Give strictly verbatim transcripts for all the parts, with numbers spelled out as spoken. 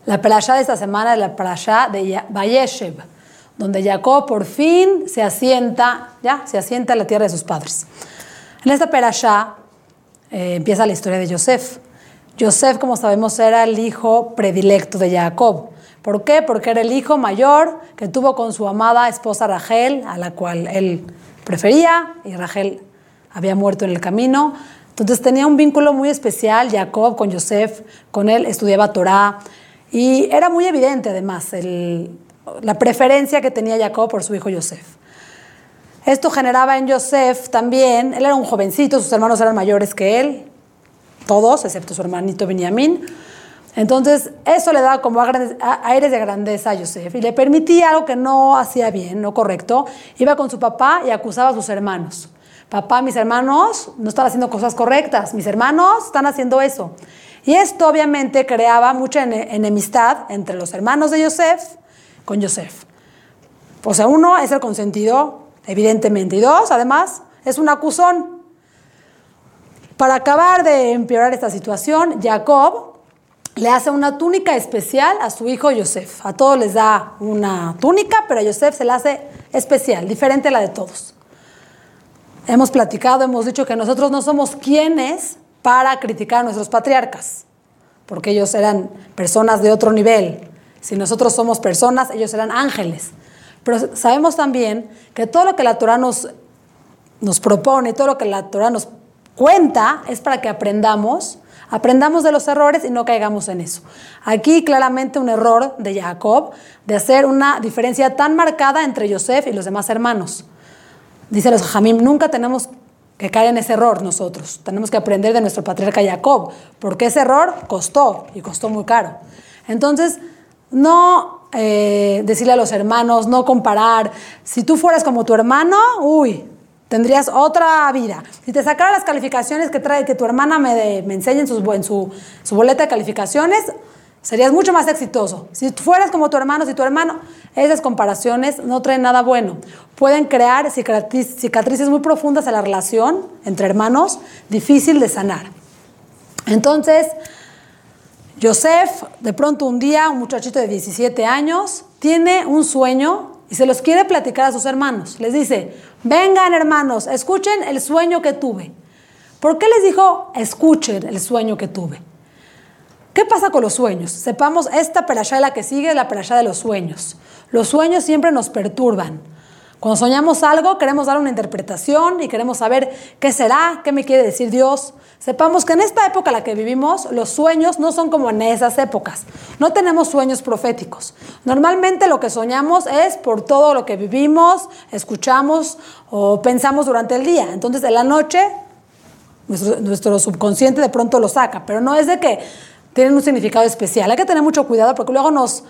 La perashá de esta semana es la perashá de Vayeshev, donde Jacob por fin se asienta, ya, se asienta en la tierra de sus padres. En esta perashá eh, empieza la historia de Yosef. Yosef, como sabemos, era el hijo predilecto de Jacob. ¿Por qué? Porque era el hijo mayor que tuvo con su amada esposa Rachel, a la cual él prefería, y Rachel había muerto en el camino. Entonces tenía un vínculo muy especial Jacob con Yosef, con él estudiaba Torah, y era muy evidente además el, la preferencia que tenía Jacob por su hijo Yosef. Esto generaba en Yosef también, él era un jovencito, sus hermanos eran mayores que él, todos, excepto su hermanito Benjamín. Entonces, eso le daba como aires de grandeza a Yosef y le permitía algo que no hacía bien, no correcto. Iba con su papá y acusaba a sus hermanos. Papá, mis hermanos no están haciendo cosas correctas, mis hermanos están haciendo eso. Y esto obviamente creaba mucha enemistad entre los hermanos de Yosef con Yosef. O sea, uno es el consentido, evidentemente, y dos, además, es un acusón. Para acabar de empeorar esta situación, Jacob le hace una túnica especial a su hijo Yosef. A todos les da una túnica, pero a Yosef se la hace especial, diferente a la de todos. Hemos platicado, hemos dicho que nosotros no somos quienes para criticar a nuestros patriarcas, porque ellos eran personas de otro nivel. Si nosotros somos personas, ellos eran ángeles. Pero sabemos también que todo lo que la Torah nos, nos propone, todo lo que la Torah nos cuenta, es para que aprendamos, aprendamos de los errores y no caigamos en eso. Aquí claramente un error de Jacob de hacer una diferencia tan marcada entre Yosef y los demás hermanos. Dice los Jamim, nunca tenemos que caer en ese error nosotros. Tenemos que aprender de nuestro patriarca Jacob, porque ese error costó y costó muy caro. Entonces, no eh, decirle a los hermanos, no comparar. Si tú fueras como tu hermano, uy, tendrías otra vida. Si te sacara las calificaciones que trae, que tu hermana me, me enseñe en, sus, en su, su boleta de calificaciones, serías mucho más exitoso. Si fueras como tu hermano, si tu hermano, esas comparaciones no traen nada bueno. Pueden crear cicatriz, cicatrices muy profundas en la relación entre hermanos, difícil de sanar. Entonces, Yosef, de pronto un día, un muchachito de diecisiete años, tiene un sueño y se los quiere platicar a sus hermanos. Les dice, vengan hermanos, escuchen el sueño que tuve. ¿Por qué les dijo, escuchen el sueño que tuve? ¿Qué pasa con los sueños? Sepamos, esta perashá de la que sigue es la perashá de los sueños. Los sueños siempre nos perturban. Cuando soñamos algo, queremos dar una interpretación y queremos saber qué será, qué me quiere decir Dios. Sepamos que en esta época en la que vivimos, los sueños no son como en esas épocas. No tenemos sueños proféticos. Normalmente lo que soñamos es por todo lo que vivimos, escuchamos o pensamos durante el día. Entonces, en la noche, nuestro, nuestro subconsciente de pronto lo saca, pero no es de que tienen un significado especial. Hay que tener mucho cuidado porque luego nos,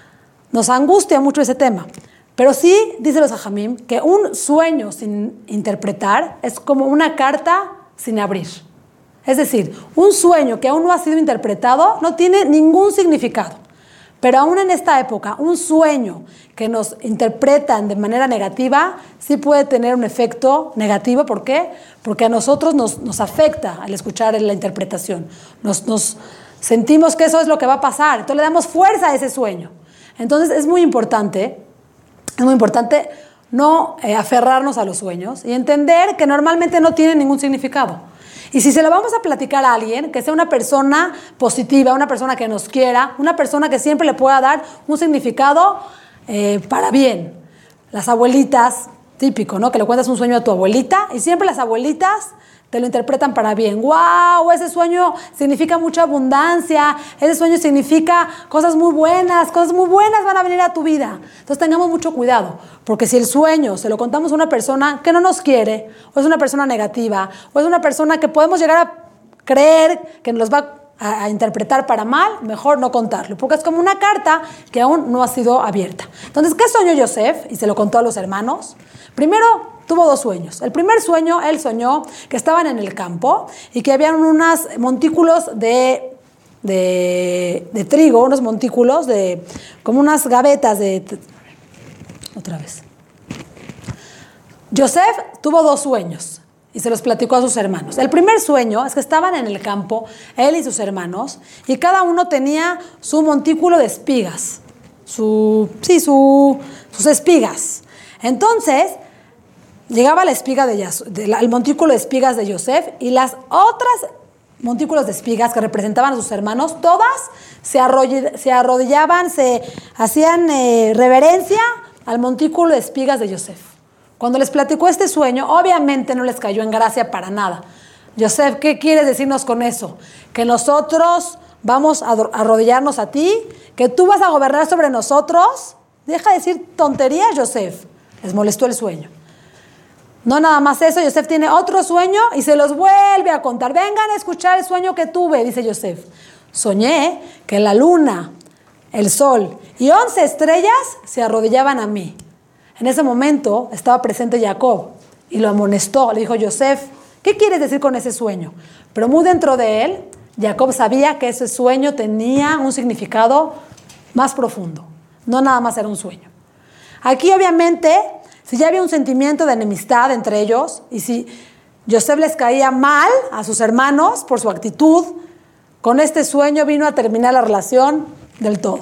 nos angustia mucho ese tema. Pero sí, dice los Jajamim, que un sueño sin interpretar es como una carta sin abrir. Es decir, un sueño que aún no ha sido interpretado no tiene ningún significado. Pero aún en esta época, un sueño que nos interpretan de manera negativa sí puede tener un efecto negativo. ¿Por qué? Porque a nosotros nos, nos afecta al escuchar la interpretación. Nos, nos sentimos que eso es lo que va a pasar. Entonces le damos fuerza a ese sueño. Entonces es muy importante... Es muy importante no eh, aferrarnos a los sueños y entender que normalmente no tienen ningún significado. Y si se lo vamos a platicar a alguien, que sea una persona positiva, una persona que nos quiera, una persona que siempre le pueda dar un significado eh, para bien. Las abuelitas, típico, ¿no? Que le cuentas un sueño a tu abuelita y siempre las abuelitas te lo interpretan para bien. ¡Wow! Ese sueño significa mucha abundancia, ese sueño significa cosas muy buenas, cosas muy buenas van a venir a tu vida. Entonces tengamos mucho cuidado, porque si el sueño se lo contamos a una persona que no nos quiere, o es una persona negativa, o es una persona que podemos llegar a creer que nos va a, a interpretar para mal, mejor no contarlo, porque es como una carta que aún no ha sido abierta. Entonces, ¿qué soñó Yosef? Y se lo contó a los hermanos. Primero, tuvo dos sueños. El primer sueño, él soñó que estaban en el campo y que habían unos montículos de, de, de trigo, unos montículos de, como unas gavetas de... Otra vez. Yosef tuvo dos sueños. y se los platicó a sus hermanos. El primer sueño es que estaban en el campo, él y sus hermanos, y cada uno tenía su montículo de espigas, su, sí, su, sus espigas. Entonces, llegaba la espiga de, de la, el montículo de espigas de Yosef y las otras montículos de espigas que representaban a sus hermanos, todas se, arroll, se arrodillaban, se hacían eh, reverencia al montículo de espigas de Yosef. Cuando les platicó este sueño, obviamente no les cayó en gracia para nada. Yosef, ¿qué quieres decirnos con eso? ¿Que nosotros vamos a arrodillarnos a ti? ¿Que tú vas a gobernar sobre nosotros? Deja de decir tonterías, Yosef. Les molestó el sueño. No nada más eso, Yosef tiene otro sueño y se los vuelve a contar. Vengan a escuchar el sueño que tuve, dice Yosef. Soñé que la luna, el sol y once estrellas se arrodillaban a mí. En ese momento estaba presente Jacob y lo amonestó. Le dijo, Yosef, ¿qué quieres decir con ese sueño? Pero muy dentro de él, Jacob sabía que ese sueño tenía un significado más profundo. No nada más era un sueño. Aquí obviamente, si ya había un sentimiento de enemistad entre ellos y si Yosef les caía mal a sus hermanos por su actitud, con este sueño vino a terminar la relación del todo.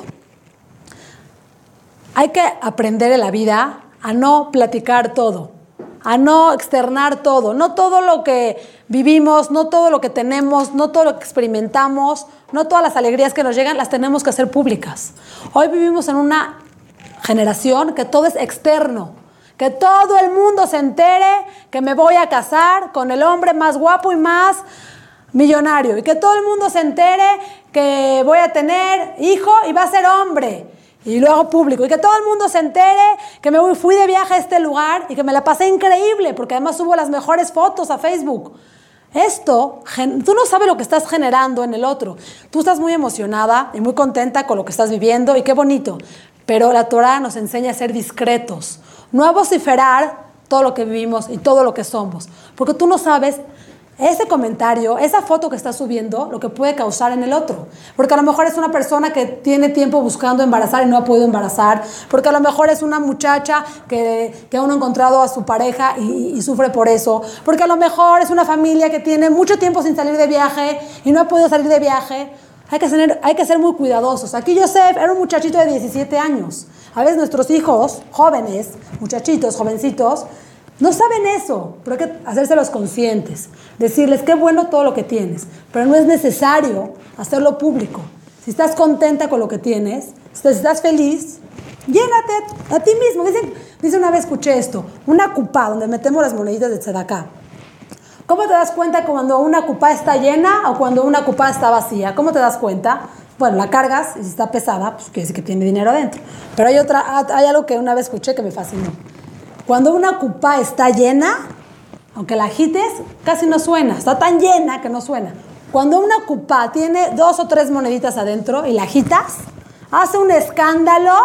Hay que aprender en la vida a no platicar todo, a no externar todo, no todo lo que vivimos, no todo lo que tenemos, no todo lo que experimentamos, no todas las alegrías que nos llegan las tenemos que hacer públicas. Hoy vivimos en una generación que todo es externo, que todo el mundo se entere que me voy a casar con el hombre más guapo y más millonario, y que todo el mundo se entere que voy a tener hijo y va a ser hombre. Y lo hago público. Y que todo el mundo se entere que me fui de viaje a este lugar y que me la pasé increíble, porque además subo las mejores fotos a Facebook. Esto, tú no sabes lo que estás generando en el otro. Tú estás muy emocionada y muy contenta con lo que estás viviendo y qué bonito. Pero la Torah nos enseña a ser discretos, no a vociferar todo lo que vivimos y todo lo que somos. Porque tú no sabes ese comentario, esa foto que estás subiendo, lo que puede causar en el otro. Porque a lo mejor es una persona que tiene tiempo buscando embarazar y no ha podido embarazar. Porque a lo mejor es una muchacha que, que aún no ha encontrado a su pareja y, y sufre por eso. Porque a lo mejor es una familia que tiene mucho tiempo sin salir de viaje y no ha podido salir de viaje. Hay que ser, hay que ser muy cuidadosos. Aquí Yosef era un muchachito de diecisiete años. A veces nuestros hijos, jóvenes, muchachitos, jovencitos, no saben eso, pero hay que hacérselos conscientes, decirles qué bueno todo lo que tienes, pero no es necesario hacerlo público. Si estás contenta con lo que tienes, si estás feliz, llénate a ti mismo. Dice, dice una vez escuché esto, una cupá donde metemos las moneditas de tzedaká. ¿Cómo te das cuenta cuando una cupá está llena o cuando una cupá está vacía? ¿Cómo te das cuenta? Bueno, la cargas y si está pesada, pues quiere decir que tiene dinero adentro. Pero hay, otra, hay algo que una vez escuché que me fascinó. Cuando una cupá está llena, aunque la agites, casi no suena. Está tan llena que no suena. Cuando una cupá tiene dos o tres moneditas adentro y la agitas, hace un escándalo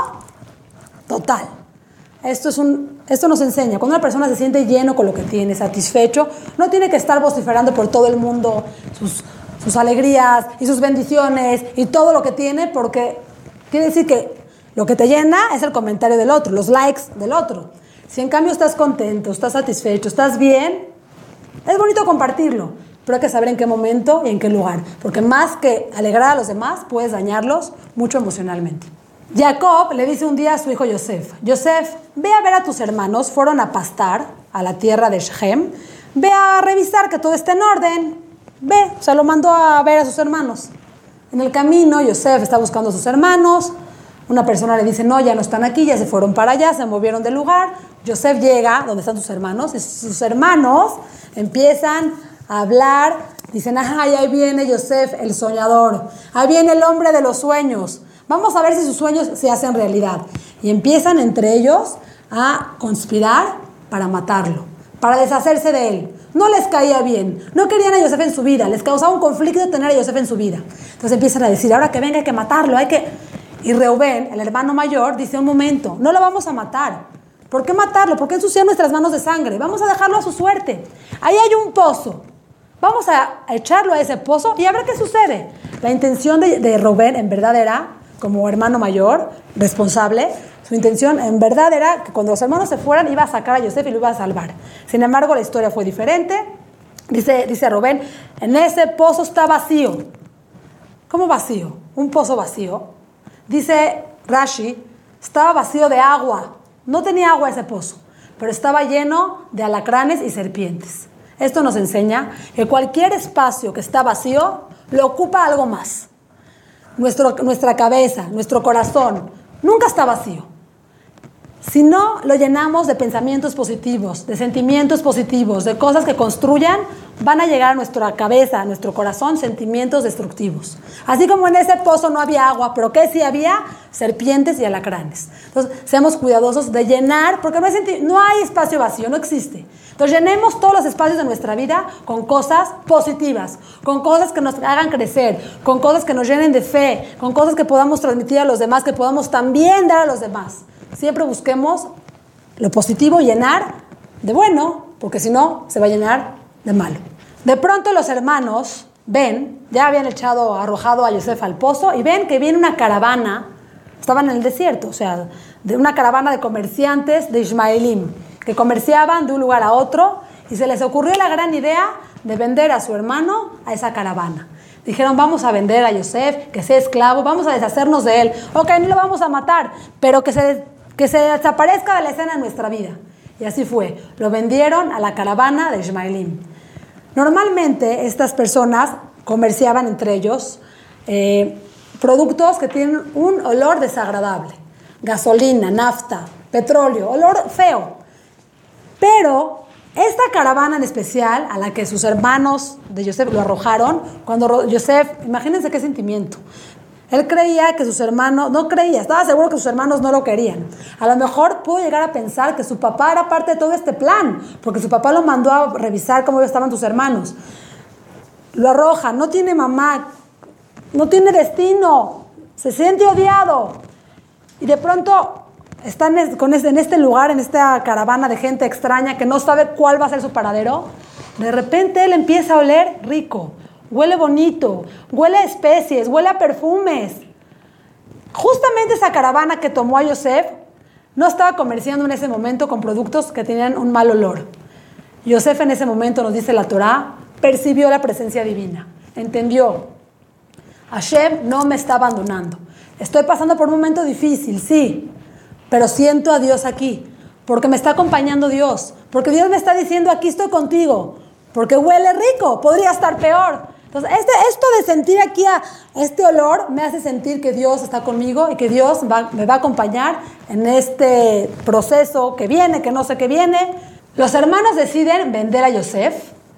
total. Esto, es un, esto nos enseña. Cuando una persona se siente lleno con lo que tiene, satisfecho, no tiene que estar vociferando por todo el mundo sus, sus alegrías y sus bendiciones y todo lo que tiene, porque quiere decir que lo que te llena es el comentario del otro, los likes del otro. Si en cambio estás contento, estás satisfecho, estás bien, es bonito compartirlo, pero hay que saber en qué momento y en qué lugar, porque más que alegrar a los demás, puedes dañarlos mucho emocionalmente. Jacob le dice un día a su hijo Yosef, Yosef, ve a ver a tus hermanos, fueron a pastar a la tierra de Shechem, ve a revisar que todo esté en orden, ve, o sea, lo mandó a ver a sus hermanos. En el camino, Yosef está buscando a sus hermanos, una persona le dice, no, ya no están aquí, ya se fueron para allá, se movieron del lugar. Yosef llega donde están sus hermanos y sus hermanos empiezan a hablar, dicen, ajá, ahí viene Yosef, el soñador, ahí viene el hombre de los sueños, vamos a ver si sus sueños se hacen realidad. Y empiezan entre ellos a conspirar para matarlo, para deshacerse de él. No les caía bien, no querían a Yosef en su vida, les causaba un conflicto tener a Yosef en su vida. Entonces empiezan a decir, ahora que venga hay que matarlo, hay que... Y Reubén, el hermano mayor, dice, un momento, no lo vamos a matar. ¿Por qué matarlo? ¿Por qué ensuciar nuestras manos de sangre? Vamos a dejarlo a su suerte. Ahí hay un pozo. Vamos a echarlo a ese pozo y a ver qué sucede. La intención de, de Reubén en verdad era, como hermano mayor, responsable, su intención en verdad era que cuando los hermanos se fueran iba a sacar a Yosef y lo iba a salvar. Sin embargo, la historia fue diferente. Dice, dice Rubén, en ese pozo está vacío. ¿Cómo vacío? Un pozo vacío. Dice Rashi, estaba vacío de agua. No tenía agua ese pozo, pero estaba lleno de alacranes y serpientes. Esto nos enseña que cualquier espacio que está vacío, lo ocupa algo más. Nuestro, nuestra cabeza, nuestro corazón, nunca está vacío. Si no lo llenamos de pensamientos positivos, de sentimientos positivos, de cosas que construyan, van a llegar a nuestra cabeza, a nuestro corazón, sentimientos destructivos. Así como en ese pozo no había agua, pero que sí había serpientes y alacranes. Entonces, seamos cuidadosos de llenar, porque no hay, senti- no hay espacio vacío, no existe. Entonces, llenemos todos los espacios de nuestra vida con cosas positivas, con cosas que nos hagan crecer, con cosas que nos llenen de fe, con cosas que podamos transmitir a los demás, que podamos también dar a los demás. Siempre busquemos lo positivo, llenar de bueno, porque si no, se va a llenar de malo. De pronto los hermanos ven, ya habían echado, arrojado a Yosef al pozo, y ven que viene una caravana, estaban en el desierto, o sea, de una caravana de comerciantes de Ismaelim, que comerciaban de un lugar a otro, y se les ocurrió la gran idea de vender a su hermano a esa caravana. Dijeron, vamos a vender a Yosef, que sea esclavo, vamos a deshacernos de él. Ok, no lo vamos a matar, pero que se, que se desaparezca de la escena de nuestra vida. Y así fue. Lo vendieron a la caravana de Ismaelim. Normalmente estas personas comerciaban entre ellos eh, productos que tienen un olor desagradable. Gasolina, nafta, petróleo, olor feo. Pero esta caravana en especial, a la que sus hermanos de Yosef lo arrojaron, cuando Yosef, imagínense qué sentimiento. Él creía que sus hermanos, no creía, estaba seguro que sus hermanos no lo querían. A lo mejor pudo llegar a pensar que su papá era parte de todo este plan, porque su papá lo mandó a revisar cómo estaban sus hermanos. Lo arrojan, no tiene mamá, no tiene destino, se siente odiado. Y de pronto están en este lugar, en esta caravana de gente extraña que no sabe cuál va a ser su paradero. De repente él empieza a oler rico. Huele bonito, huele a especies, huele a perfumes. Justamente esa caravana que tomó a Yosef no estaba comerciando en ese momento con productos que tenían un mal olor. Yosef en ese momento, nos dice la Torá, percibió la presencia divina. Entendió, Hashem no me está abandonando. Estoy pasando por un momento difícil, sí, pero siento a Dios aquí, porque me está acompañando Dios, porque Dios me está diciendo, aquí estoy contigo, porque huele rico, podría estar peor. Entonces, este, esto de sentir aquí a este olor me hace sentir que Dios está conmigo y que Dios va, me va a acompañar en este proceso que viene, que no sé qué viene. Los hermanos deciden vender a Yosef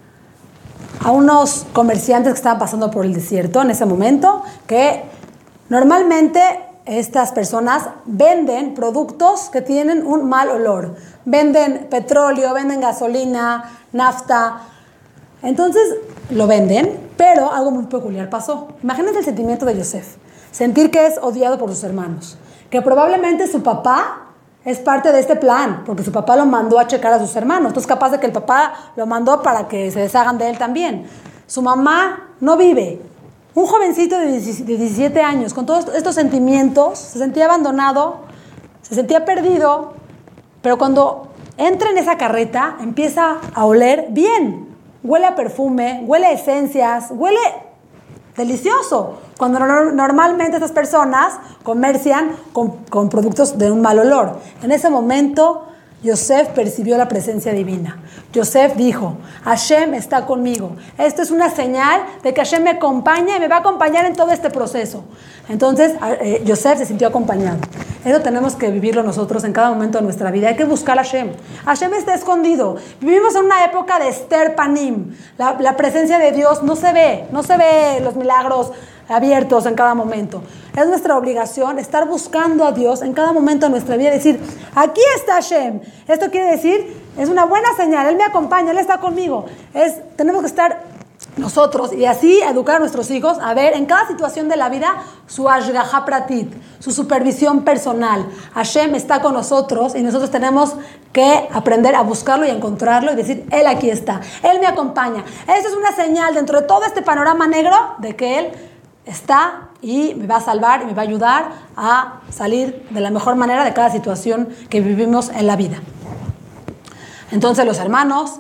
a unos comerciantes que estaban pasando por el desierto en ese momento, que normalmente estas personas venden productos que tienen un mal olor. Venden petróleo, venden gasolina, nafta. Entonces lo venden, pero algo muy peculiar pasó. Imagínense el sentimiento de Yosef. Sentir que es odiado por sus hermanos. Que probablemente su papá es parte de este plan, porque su papá lo mandó a checar a sus hermanos. Entonces capaz de que el papá lo mandó para que se deshagan de él también. Su mamá no vive. Un jovencito de diecisiete años, con todos estos sentimientos, se sentía abandonado, se sentía perdido, pero cuando entra en esa carreta, empieza a oler bien. Huele a perfume, huele a esencias, huele delicioso. Cuando no, normalmente estas personas comercian con, con productos de un mal olor. En ese momento, Yosef percibió la presencia divina. Yosef dijo, Hashem está conmigo. Esto es una señal de que Hashem me acompaña y me va a acompañar en todo este proceso. Entonces, eh, Yosef se sintió acompañado. Eso tenemos que vivirlo nosotros en cada momento de nuestra vida. Hay que buscar a Hashem. Hashem está escondido. Vivimos en una época de Esther Panim. La, la presencia de Dios no se ve. No se ve los milagros abiertos en cada momento. Es nuestra obligación estar buscando a Dios en cada momento de nuestra vida. Decir, aquí está Hashem. Esto quiere decir, es una buena señal. Él me acompaña, Él está conmigo. Es, tenemos que estar nosotros y así educar a nuestros hijos a ver en cada situación de la vida su ashgaha pratit, su supervisión personal. Hashem está con nosotros y nosotros tenemos que aprender a buscarlo y a encontrarlo y decir, Él aquí está, Él me acompaña. Esa es una señal dentro de todo este panorama negro de que Él está y me va a salvar y me va a ayudar a salir de la mejor manera de cada situación que vivimos en la vida. Entonces los hermanos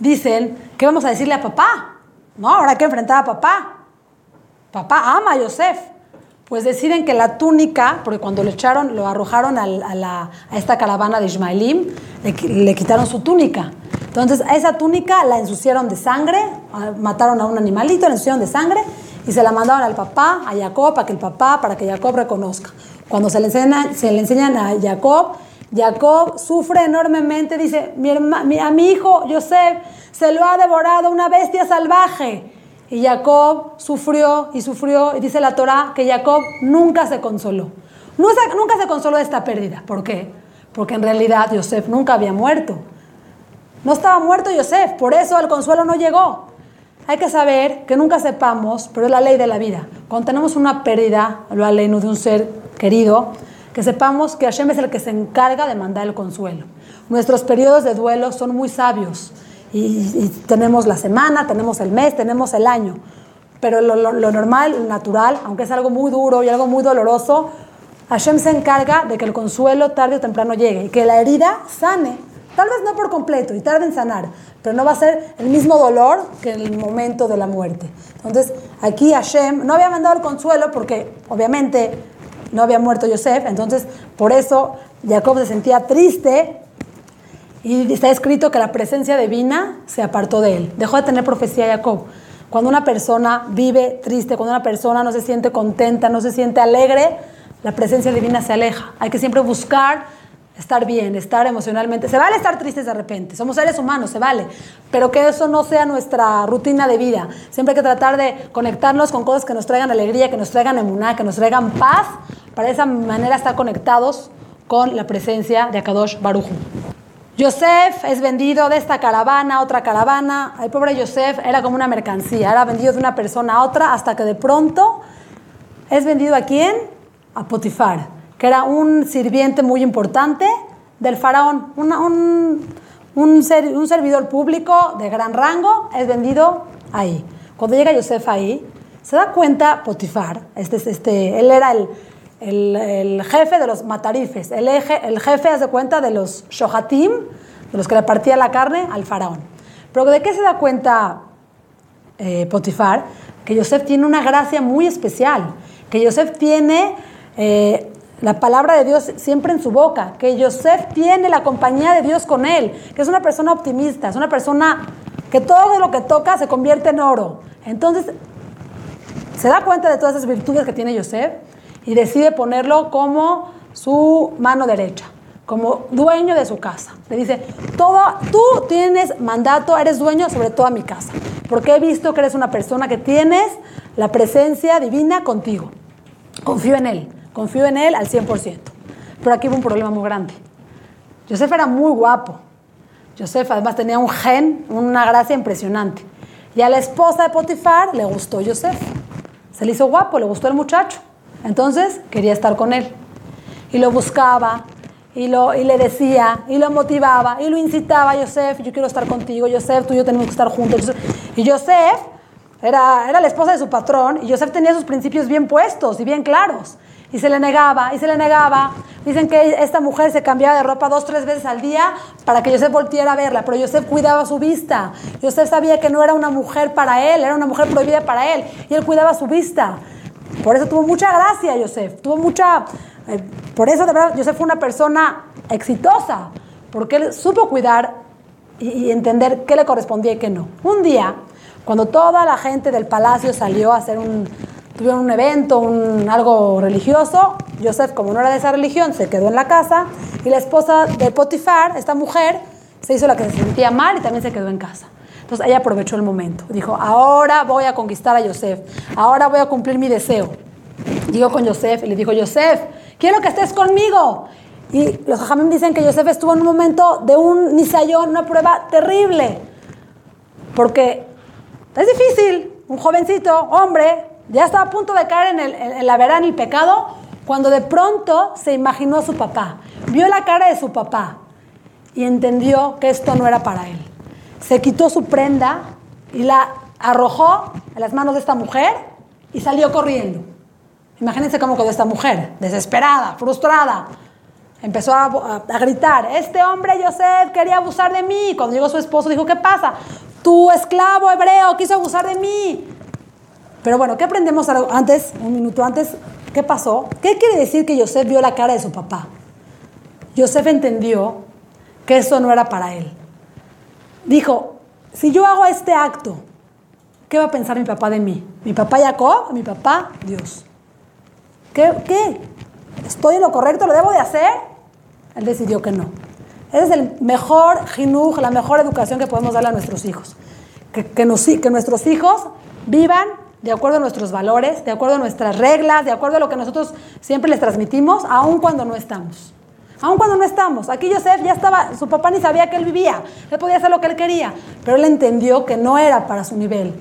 dicen, ¿qué vamos a decirle a papá? No, ahora hay que enfrentar a papá. Papá ama a Yosef. Pues deciden que la túnica, porque cuando lo echaron, lo arrojaron al, a, la, a esta caravana de Ismaelim, le, le quitaron su túnica. Entonces, a esa túnica la ensuciaron de sangre, mataron a un animalito, la ensuciaron de sangre y se la mandaron al papá, a Jacob, para que el papá, para que Jacob reconozca. Cuando se le enseñan, se le enseñan a Jacob, Jacob sufre enormemente, dice, mi herma, mi, a mi hijo Yosef se lo ha devorado una bestia salvaje. Y Jacob sufrió y sufrió, y dice la Torá que Jacob nunca se consoló. Nunca, nunca se consoló de esta pérdida. ¿Por qué? Porque en realidad Yosef nunca había muerto. No estaba muerto Yosef, por eso el consuelo no llegó. Hay que saber que nunca sepamos, pero es la ley de la vida. Cuando tenemos una pérdida, lo aleino de un ser querido, que sepamos que Hashem es el que se encarga de mandar el consuelo. Nuestros periodos de duelo son muy sabios. Y, y tenemos la semana, tenemos el mes, tenemos el año. Pero lo, lo, lo normal, lo natural, aunque es algo muy duro y algo muy doloroso, Hashem se encarga de que el consuelo tarde o temprano llegue y que la herida sane. Tal vez no por completo y tarde en sanar, pero no va a ser el mismo dolor que en el momento de la muerte. Entonces, aquí Hashem no había mandado el consuelo porque, obviamente, no había muerto Yosef. Entonces, por eso Jacob se sentía triste. Y está escrito que la presencia divina se apartó de él. Dejó de tener profecía Jacob. Cuando una persona vive triste, cuando una persona no se siente contenta, no se siente alegre, la presencia divina se aleja. Hay que siempre buscar estar bien, estar emocionalmente. Se vale estar tristes de repente. Somos seres humanos, se vale. Pero que eso no sea nuestra rutina de vida. Siempre hay que tratar de conectarnos con cosas que nos traigan alegría, que nos traigan emuná, que nos traigan paz. Para de esa manera estar conectados con la presencia de Akadosh Baruj Hu. Yosef es vendido de esta caravana a otra caravana. El pobre Yosef era como una mercancía, era vendido de una persona a otra hasta que de pronto es vendido ¿a quién? A Potifar, que era un sirviente muy importante del faraón, una, un, un, ser, un servidor público de gran rango, es vendido ahí. Cuando llega Yosef ahí, se da cuenta Potifar, este, este, él era el... El, el jefe de los matarifes, el, eje, el jefe, hace cuenta, de los shohatim, de los que le partía la carne al faraón. Pero ¿de qué se da cuenta eh, Potifar? Que Yosef tiene una gracia muy especial, que Yosef tiene eh, la palabra de Dios siempre en su boca, que Yosef tiene la compañía de Dios con él, que es una persona optimista, es una persona que todo lo que toca se convierte en oro. Entonces, se da cuenta de todas esas virtudes que tiene Yosef, y decide ponerlo como su mano derecha, como dueño de su casa. Le dice, todo, tú tienes mandato, eres dueño sobre toda mi casa, porque he visto que eres una persona que tienes la presencia divina contigo. Confío en él, confío en él al cien por ciento. Pero aquí hubo un problema muy grande. Yosef era muy guapo. Yosef además tenía un gen, una gracia impresionante. Y a la esposa de Potifar le gustó Yosef. Se le hizo guapo, le gustó el muchacho. Entonces quería estar con él y lo buscaba y, lo, y le decía y lo motivaba y lo incitaba. Yosef, yo quiero estar contigo. Yosef, tú y yo tenemos que estar juntos. Y Yosef era, era la esposa de su patrón y Yosef tenía sus principios bien puestos y bien claros y se le negaba y se le negaba. Dicen que esta mujer se cambiaba de ropa dos, tres veces al día para que Yosef volteara a verla, pero Yosef cuidaba su vista. Yosef sabía que no era una mujer para él, era una mujer prohibida para él y él cuidaba su vista. Por eso tuvo mucha gracia Yosef, tuvo mucha... Eh, por eso de verdad Yosef fue una persona exitosa, porque él supo cuidar y, y entender qué le correspondía y qué no. Un día, cuando toda la gente del palacio salió a hacer un... tuvieron un evento, un, algo religioso, Yosef, como no era de esa religión, se quedó en la casa y la esposa de Potifar, esta mujer, se hizo la que se sentía mal y también se quedó en casa. Entonces ella aprovechó el momento. Dijo, ahora voy a conquistar a Yosef. Ahora voy a cumplir mi deseo. Llegó con Yosef y le dijo, Yosef, quiero que estés conmigo. Y los jajamim dicen que Yosef estuvo en un momento de un nisayón, una prueba terrible. Porque es difícil. Un jovencito, hombre, ya estaba a punto de caer en, el, en la verá, en el pecado, cuando de pronto se imaginó a su papá. Vio la cara de su papá y entendió que esto no era para él. Se quitó su prenda y la arrojó a las manos de esta mujer y salió corriendo. Imagínense cómo quedó esta mujer, desesperada, frustrada. empezó a, a, a gritar, este hombre Yosef quería abusar de mí. Cuando llegó su esposo dijo, ¿qué pasa? Tu esclavo hebreo quiso abusar de mí. Pero bueno, ¿qué aprendemos antes, un minuto antes? ¿Qué pasó? ¿Qué quiere decir que Yosef vio la cara de su papá? Yosef entendió que eso no era para él. Dijo, si yo hago este acto, ¿qué va a pensar mi papá de mí? ¿Mi papá Jacob o mi papá Dios? ¿Qué? ¿Qué? ¿Estoy en lo correcto? ¿Lo debo de hacer? Él decidió que no. Ese es el mejor jinuj, la mejor educación que podemos darle a nuestros hijos. Que, que, nos, que nuestros hijos vivan de acuerdo a nuestros valores, de acuerdo a nuestras reglas, de acuerdo a lo que nosotros siempre les transmitimos, aun cuando no estamos. Aun cuando no estamos. Aquí Yosef ya estaba, su papá ni sabía que él vivía. Él podía hacer lo que él quería, pero él entendió que no era para su nivel.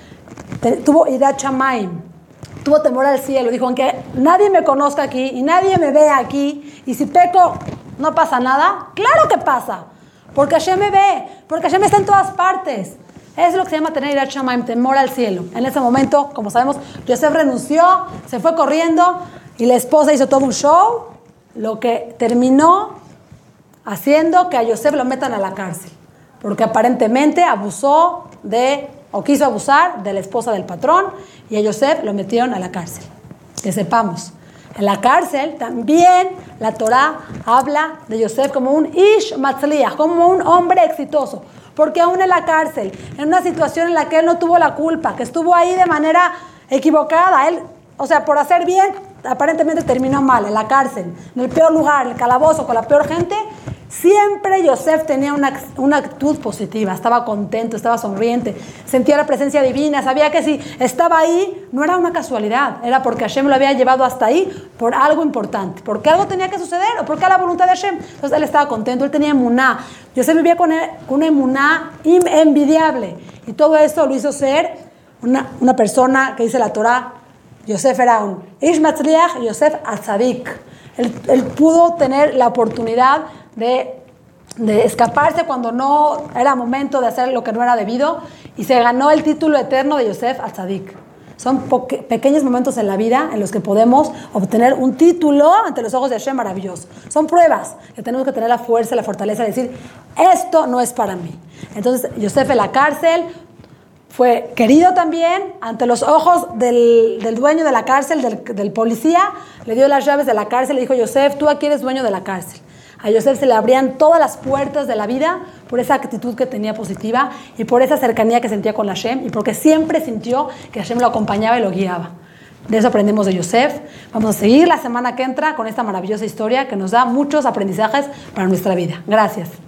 Tuvo irat shamayim, tuvo temor al cielo. Dijo, aunque nadie me conozca aquí y nadie me vea aquí, y si peco, no pasa nada. Claro que pasa, porque Hashem me ve, porque Hashem está en todas partes. Eso es lo que se llama tener irat shamayim, temor al cielo. En ese momento, como sabemos, Yosef renunció, se fue corriendo, y la esposa hizo todo un show, lo que terminó haciendo que a Yosef lo metan a la cárcel, porque aparentemente abusó de, o quiso abusar de la esposa del patrón, y a Yosef lo metieron a la cárcel. Que sepamos, en la cárcel también la Torá habla de Yosef como un ish matzliach, como un hombre exitoso, porque aún en la cárcel, en una situación en la que él no tuvo la culpa, que estuvo ahí de manera equivocada, él, o sea, por hacer bien, aparentemente terminó mal, en la cárcel, en el peor lugar, en el calabozo, con la peor gente. Siempre Yosef tenía una, una actitud positiva, estaba contento, estaba sonriente, sentía la presencia divina, sabía que si estaba ahí no era una casualidad, era porque Hashem lo había llevado hasta ahí por algo importante, porque algo tenía que suceder o porque era la voluntad de Hashem. Entonces él estaba contento, él tenía emuná. Yosef vivía con, él, con una emuná envidiable, y todo eso lo hizo ser una, una persona que dice la Torá. Yosef era un ish matzliach, Yosef atzadik. Él, él pudo tener la oportunidad de, de escaparse cuando no era momento de hacer lo que no era debido, y se ganó el título eterno de Yosef atzadik. Son pequeños momentos en la vida en los que podemos obtener un título ante los ojos de Hashem maravilloso. Son pruebas que tenemos que tener la fuerza, la fortaleza de decir, esto no es para mí. Entonces Yosef en la cárcel fue querido también ante los ojos del, del dueño de la cárcel, del, del policía. Le dio las llaves de la cárcel y le dijo, Yosef, tú aquí eres dueño de la cárcel. A Yosef se le abrían todas las puertas de la vida por esa actitud que tenía positiva y por esa cercanía que sentía con Hashem, y porque siempre sintió que Hashem lo acompañaba y lo guiaba. De eso aprendemos de Yosef. Vamos a seguir la semana que entra con esta maravillosa historia que nos da muchos aprendizajes para nuestra vida. Gracias.